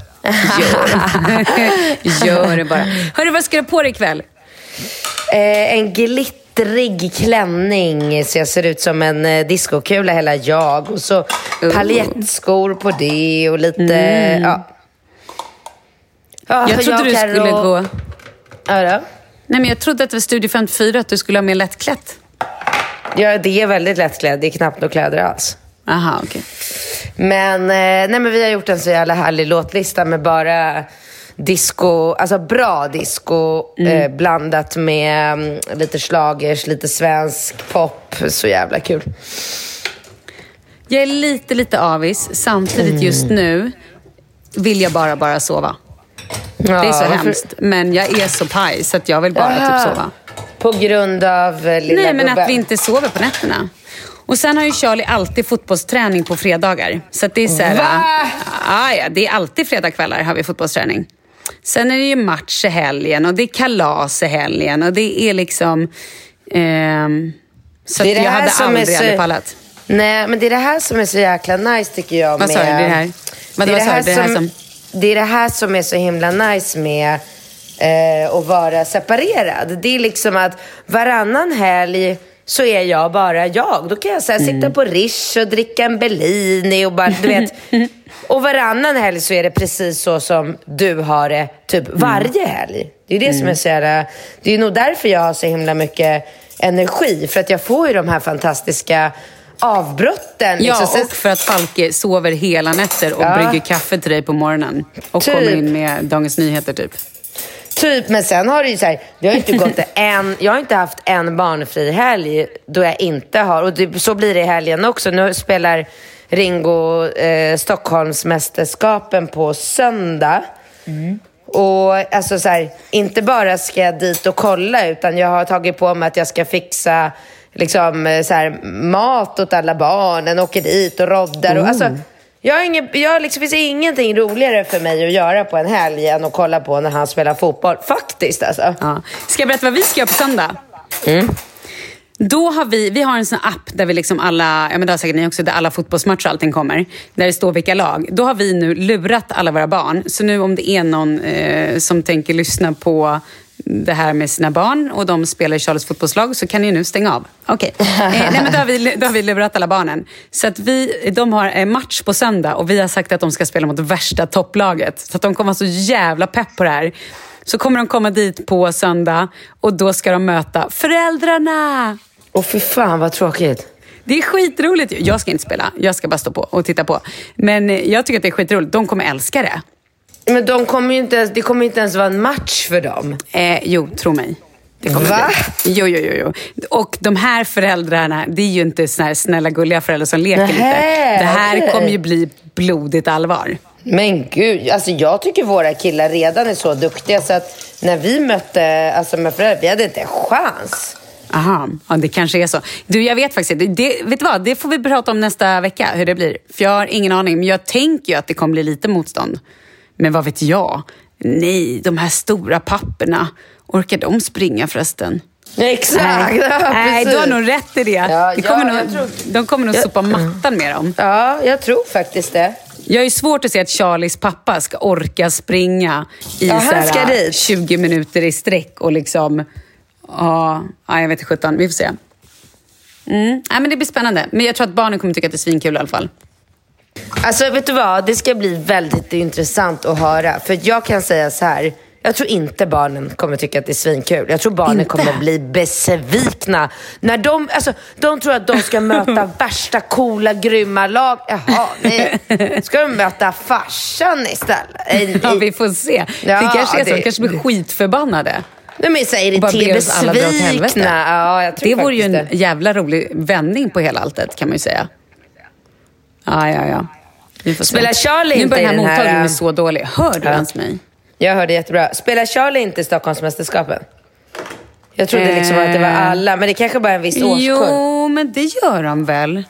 Gör, Gör det bara. Hörru, vad ska du på dig ikväll? Eh, en glittrig klänning så jag ser ut som en eh, diskokula hela jag. Och så uh. paljettskor på det och lite... Mm. Ja. Ja, jag trodde jag du skulle och... gå... Ja, då? Nej, men jag trodde att det var Studio femtiofyra att du skulle ha mer lättklätt. Ja, det är väldigt lättklädd. Det är knappt några kläder alls. Aha, okej. Okay. Men, eh, nej, men vi har gjort en så jävla härlig låtlista med bara disco, alltså bra disco mm. eh, blandat med um, lite slagers, lite svensk pop. Så jävla kul. Jag är lite, lite avis. Samtidigt mm. just nu vill jag bara, bara sova. Ja, det är så hemskt. För... Men jag är så paj så att jag vill bara Aha. typ sova. På grund av eh, lilla Nej, men gubben. att vi inte sover på nätterna. Och sen har ju Charlie alltid fotbollsträning på fredagar. Så att det är så här... Va? Ah, ja, det är alltid fredagskvällar har vi fotbollsträning. Sen är det ju match i helgen och det är kalas i helgen. Och det är liksom... Ehm, så det att jag hade aldrig, så... aldrig pallat. Nej, men det är det här som är så jäkla nice tycker jag. Vad sa du? Det här? Vad det, det, här, det här som... Det är det här som är så himla nice med eh, att vara separerad. Det är liksom att varannan helg så är jag bara jag. Då kan jag så här, mm. sitta på Rish och dricka en Bellini och bara, du vet. Och varannan helg så är det precis så som du har det typ varje helg. Det är det mm. som är så här, det är nog därför jag har så himla mycket energi. För att jag får ju de här fantastiska avbrotten. Ja, liksom. och för att Falke sover hela nätter och ja. brygger kaffe till dig på morgonen. Och typ. kommer in med Dagens Nyheter typ. Typ, men sen har det ju så här, det har inte gått en, jag har inte haft en barnfri helg då jag inte har, och det, så blir det i helgen också. Nu spelar Ringo eh, Stockholmsmästerskapen på söndag. Mm. Och alltså så här, inte bara ska jag dit och kolla, utan jag har tagit på mig att jag ska fixa liksom så här, mat åt alla barnen, åker dit och roddar och, mm. alltså, jag har ingen, jag liksom, finns ingenting roligare för mig att göra på en helg än att kolla på när han spelar fotboll. Faktiskt alltså. Ja. Ska jag berätta vad vi ska göra på söndag? Mm. Då har vi, vi har en sån app där vi liksom alla, ja men det har säkert ni också, där alla fotbollsmatcher och allting kommer. Där det står vilka lag. Då har vi nu lurat alla våra barn. Så nu om det är någon eh, som tänker lyssna på det här med sina barn och de spelar i Charles fotbollslag, så kan ni nu stänga av. Okej. Okay. Eh, nej men då har, vi, då har vi lurat alla barnen. Så att vi, de har en match på söndag och vi har sagt att de ska spela mot värsta topplaget. Så att de kommer vara så jävla pepp på det här. Så kommer de komma dit på söndag och då ska de möta föräldrarna. Åh fy fan vad tråkigt. Det är skitroligt. Jag ska inte spela, jag ska bara stå på och titta på. Men jag tycker att det är skitroligt. De kommer älska det. Men de kommer ju inte, det kommer ju inte ens vara en match för dem. Eh, jo, tro mig. Det kommer Va? Bli. Jo, jo, jo, jo. Och de här föräldrarna, det är ju inte såna här snälla gulliga föräldrar som leker Nähe, lite. Det här okay. kommer ju bli blodigt allvar. Men gud, alltså jag tycker våra killar redan är så duktiga så att när vi mötte alltså med föräldrar, vi hade inte en chans. Aha, ja, det kanske är så. Du, jag vet faktiskt, det, det, vet du vad, det får vi prata om nästa vecka, hur det blir. För jag har ingen aning, men jag tänker ju att det kommer bli lite motstånd. Men vad vet jag? Nej, de här stora papperna, orkar de springa förresten? Exakt, Nej, ja, Nej du har nog rätt i det. Ja, det kommer ja, nog, jag tror... De kommer nog jag... sopa mattan med dem. Ja, jag tror faktiskt det. Jag är svårt att se att Charlies pappa ska orka springa i ja, så här, dit. tjugo minuter i sträck och liksom... Ja, jag vet inte sjutton. Vi får se. Mm. Nej, men det blir spännande. Men jag tror att barnen kommer tycka att det är svinkul i alla fall. Alltså, vet du vad? Det ska bli väldigt intressant att höra. För jag kan säga så här. Jag tror inte barnen kommer tycka att det är svinkul. Jag tror barnen inte. kommer bli besvikna. När de, alltså, de tror att de ska möta värsta coola, grymma lag. Jaha, nej. Ska de möta farsan istället? Ja, vi får se. Ja, det kanske är så. det... De kanske blir skitförbannade. De är så irriterade, besvikna. Ja, jag tror det vore ju en det. jävla rolig vändning på hela alltet, kan man ju säga. Ja, ja, ja. Spelar Charlie nu inte i den här... Nu börjar den här mottagningen så dålig. Hör du ja. ens mig? Jag hörde jättebra. Spelar Charlie inte i Stockholmsmästerskapen? Jag trodde liksom att det var alla. Men det kanske bara är en viss årskull. Jo, men det gör de väl.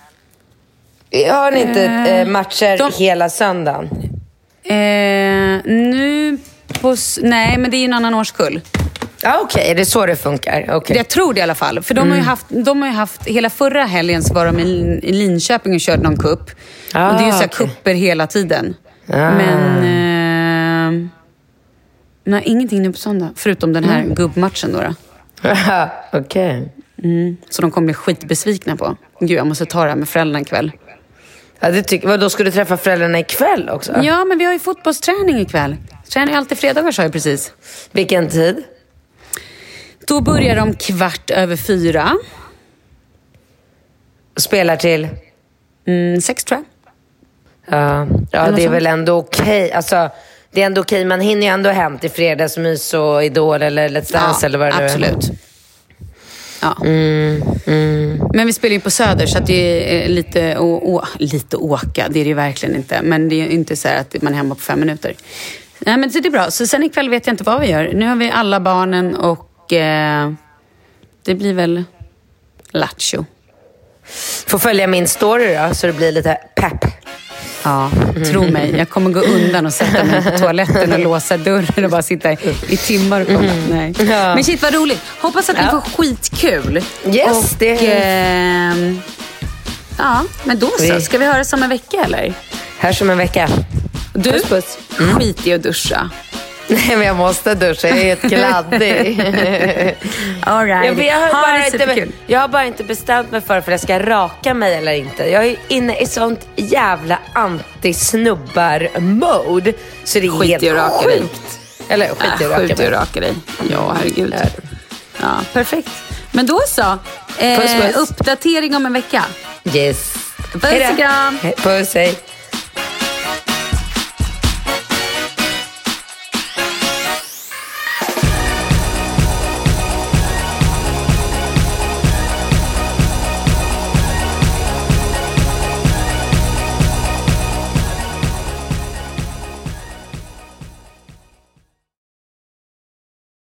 Har ni inte eh, matcher de... hela söndagen? Eh, nu på... Nej, men det är ju en annan årskull. Ja, okej. Okay. Är det så det funkar? Okay. Jag tror det i alla fall. För de, mm. har ju haft, de har ju haft... Hela förra helgen så var de i, i Linköping och körde någon kupp. Ah, och det är ju så här okay. kupper hela tiden. Ah. Men... Eh, nej, ingenting nu på söndag. Förutom den här mm. gubbmatchen då. då. Okej. Okay. Mm. Så de kommer bli skitbesvikna på. Gud, jag måste ta det här med föräldrarna ikväll. Ja, det tycker, vad, då ska du träffa föräldrarna ikväll också? Ja, men vi har ju fotbollsträning ikväll. Träning är alltid fredagar, sa jag precis. Vilken tid? Då börjar de kvart över fyra. Spelar till? Mm, sex, tror jag. Ja, ja det är väl ändå okej. Okay. Alltså, det är ändå okej. Okay. Man hinner ju ändå hem till fredagsmys och Idol eller Let's Dance, ja, eller vad det absolut. är. Absolut. Ja. Mm, mm. Men vi spelar ju på Söder, så att det är lite, å, å, lite åka. Det är det ju verkligen inte. Men det är inte så här att man är hemma på fem minuter. Nej, men det är bra. Så sen ikväll vet jag inte vad vi gör. Nu har vi alla barnen och eh, det blir väl lattjo. Får följa min story då, så det blir lite pepp. Ja, tro mig. Jag kommer gå undan och sätta mig på toaletten och låsa dörren och bara sitta i, i timmar och komma. Mm. Nej. Ja. Men shit, vad roligt. Hoppas att ni ja. får skitkul. Yes, och, det eh, ja, men då så. Ska vi höras om en vecka, eller? Hörs om en vecka. Du, puss, puss. Mm. Skit i att duscha. Nej, men jag måste duscha. Jag är helt gladdig. All right. jag, jag, har ha bara inte, jag har bara inte bestämt mig för för jag ska raka mig eller inte. Jag är inne i sånt jävla anti-snubbar-mode. Så det är skit helt raka sjukt. Dig. Eller skit i äh, att raka, skit i att raka dig. Ja, herregud. Ja, perfekt. Men då så. Eh, puss, puss. Uppdatering om en vecka. Yes. Puss och kram. Puss, hej.